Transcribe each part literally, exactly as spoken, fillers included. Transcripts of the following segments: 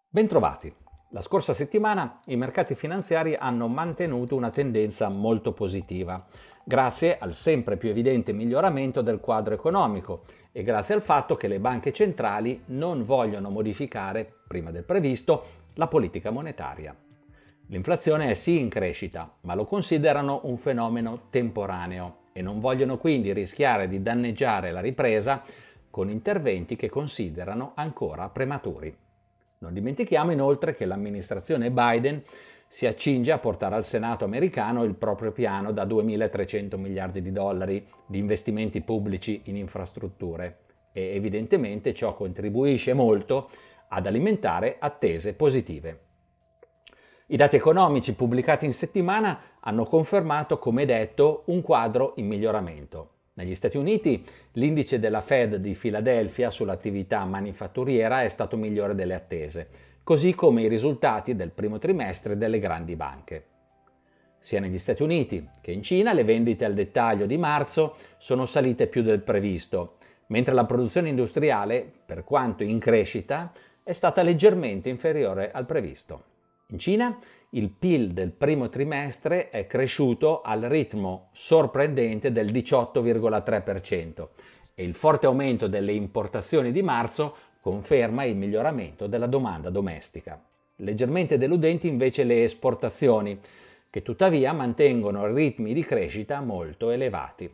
Bentrovati. La scorsa settimana i mercati finanziari hanno mantenuto una tendenza molto positiva, grazie al sempre più evidente miglioramento del quadro economico e grazie al fatto che le banche centrali non vogliono modificare, prima del previsto, la politica monetaria. L'inflazione è sì in crescita, ma lo considerano un fenomeno temporaneo e non vogliono quindi rischiare di danneggiare la ripresa con interventi che considerano ancora prematuri. Non dimentichiamo inoltre che l'amministrazione Biden si accinge a portare al Senato americano il proprio piano da duemilatrecento miliardi di dollari di investimenti pubblici in infrastrutture e evidentemente ciò contribuisce molto ad alimentare attese positive. I dati economici pubblicati in settimana hanno confermato, come detto, un quadro in miglioramento. Negli Stati Uniti l'indice della Fed di Filadelfia sull'attività manifatturiera è stato migliore delle attese, così come i risultati del primo trimestre delle grandi banche. Sia negli Stati Uniti che in Cina le vendite al dettaglio di marzo sono salite più del previsto, mentre la produzione industriale, per quanto in crescita, è stata leggermente inferiore al previsto. In Cina il P I L del primo trimestre è cresciuto al ritmo sorprendente del diciotto virgola tre per cento e il forte aumento delle importazioni di marzo conferma il miglioramento della domanda domestica. Leggermente deludenti invece le esportazioni, che tuttavia mantengono ritmi di crescita molto elevati.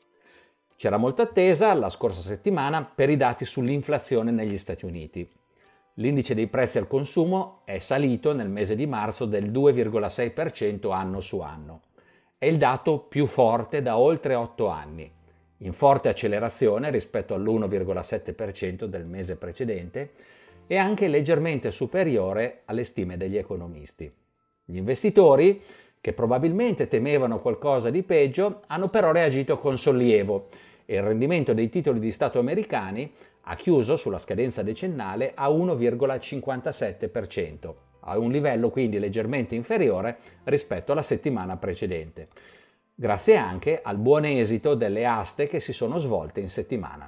C'era molta attesa la scorsa settimana per i dati sull'inflazione negli Stati Uniti. L'indice dei prezzi al consumo è salito nel mese di marzo del due virgola sei per cento anno su anno. È il dato più forte da oltre otto anni, in forte accelerazione rispetto all'uno virgola sette per cento del mese precedente e anche leggermente superiore alle stime degli economisti. Gli investitori, che probabilmente temevano qualcosa di peggio, hanno però reagito con sollievo e il rendimento dei titoli di Stato americani ha chiuso sulla scadenza decennale a uno virgola cinquantasette per cento, a un livello quindi leggermente inferiore rispetto alla settimana precedente, grazie anche al buon esito delle aste che si sono svolte in settimana.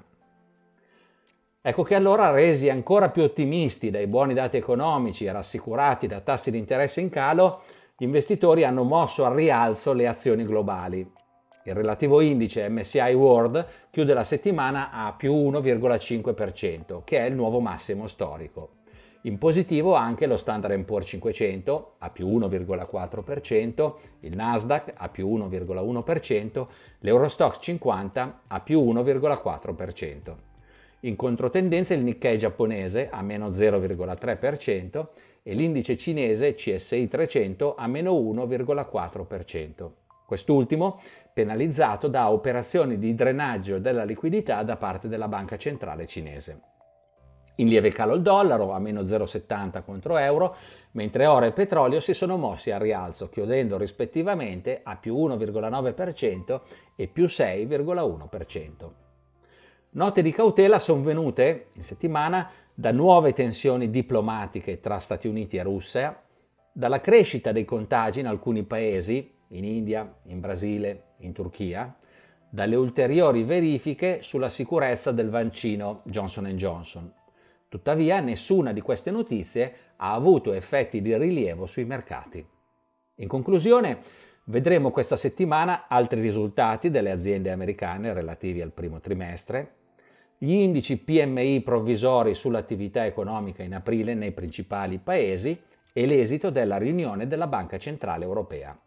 Ecco che allora, resi ancora più ottimisti dai buoni dati economici e rassicurati da tassi di interesse in calo, gli investitori hanno mosso al rialzo le azioni globali. Il relativo indice M S C I World chiude la settimana a più uno virgola cinque per cento, che è il nuovo massimo storico. In positivo anche lo Standard and Poor's cinquecento a più uno virgola quattro per cento, il Nasdaq a più uno virgola uno per cento, l'Eurostoxx cinquanta a più uno virgola quattro per cento. In controtendenza il Nikkei giapponese a meno zero virgola tre per cento e l'indice cinese C S I trecento a meno uno virgola quattro per cento. Quest'ultimo penalizzato da operazioni di drenaggio della liquidità da parte della banca centrale cinese. In lieve calo il dollaro a meno zero virgola settanta contro euro, mentre oro e petrolio si sono mossi al rialzo, chiudendo rispettivamente a più uno virgola nove per cento e più sei virgola uno per cento. Note di cautela sono venute in settimana da nuove tensioni diplomatiche tra Stati Uniti e Russia, dalla crescita dei contagi in alcuni paesi, in India, in Brasile, in Turchia, dalle ulteriori verifiche sulla sicurezza del vaccino Johnson and Johnson. Tuttavia, nessuna di queste notizie ha avuto effetti di rilievo sui mercati. In conclusione, vedremo questa settimana altri risultati delle aziende americane relativi al primo trimestre, gli indici P M I provvisori sull'attività economica in aprile nei principali paesi e l'esito della riunione della Banca Centrale Europea.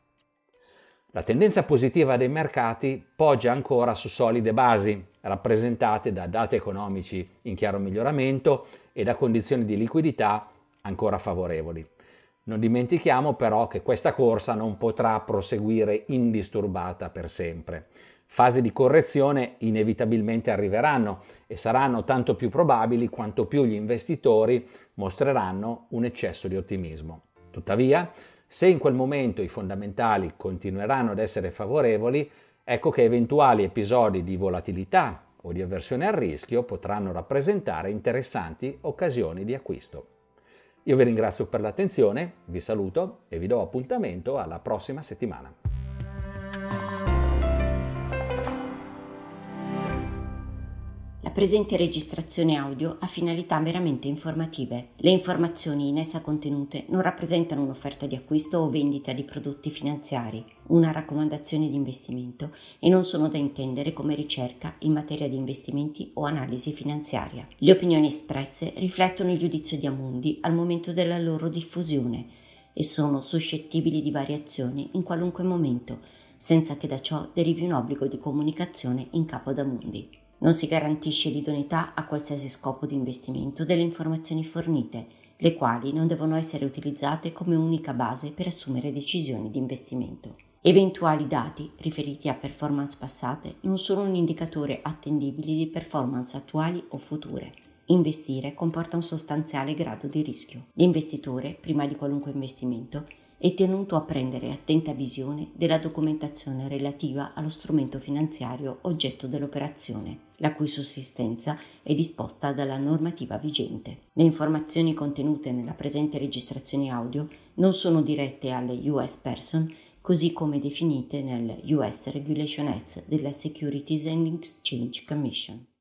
La tendenza positiva dei mercati poggia ancora su solide basi, rappresentate da dati economici in chiaro miglioramento e da condizioni di liquidità ancora favorevoli. Non dimentichiamo però che questa corsa non potrà proseguire indisturbata per sempre. Fasi di correzione inevitabilmente arriveranno e saranno tanto più probabili quanto più gli investitori mostreranno un eccesso di ottimismo. Tuttavia, se in quel momento i fondamentali continueranno ad essere favorevoli, ecco che eventuali episodi di volatilità o di avversione al rischio potranno rappresentare interessanti occasioni di acquisto. Io vi ringrazio per l'attenzione, vi saluto e vi do appuntamento alla prossima settimana. La presente registrazione audio ha finalità meramente informative. Le informazioni in essa contenute non rappresentano un'offerta di acquisto o vendita di prodotti finanziari, una raccomandazione di investimento e non sono da intendere come ricerca in materia di investimenti o analisi finanziaria. Le opinioni espresse riflettono il giudizio di Amundi al momento della loro diffusione e sono suscettibili di variazioni in qualunque momento, senza che da ciò derivi un obbligo di comunicazione in capo ad Amundi. Non si garantisce l'idoneità a qualsiasi scopo di investimento delle informazioni fornite, le quali non devono essere utilizzate come unica base per assumere decisioni di investimento. Eventuali dati riferiti a performance passate non sono un indicatore attendibile di performance attuali o future. Investire comporta un sostanziale grado di rischio. L'investitore, prima di qualunque investimento, è tenuto a prendere attenta visione della documentazione relativa allo strumento finanziario oggetto dell'operazione, la cui sussistenza è disposta dalla normativa vigente. Le informazioni contenute nella presente registrazione audio non sono dirette alle U S Person, così come definite nel U S Regulation Act della Securities and Exchange Commission.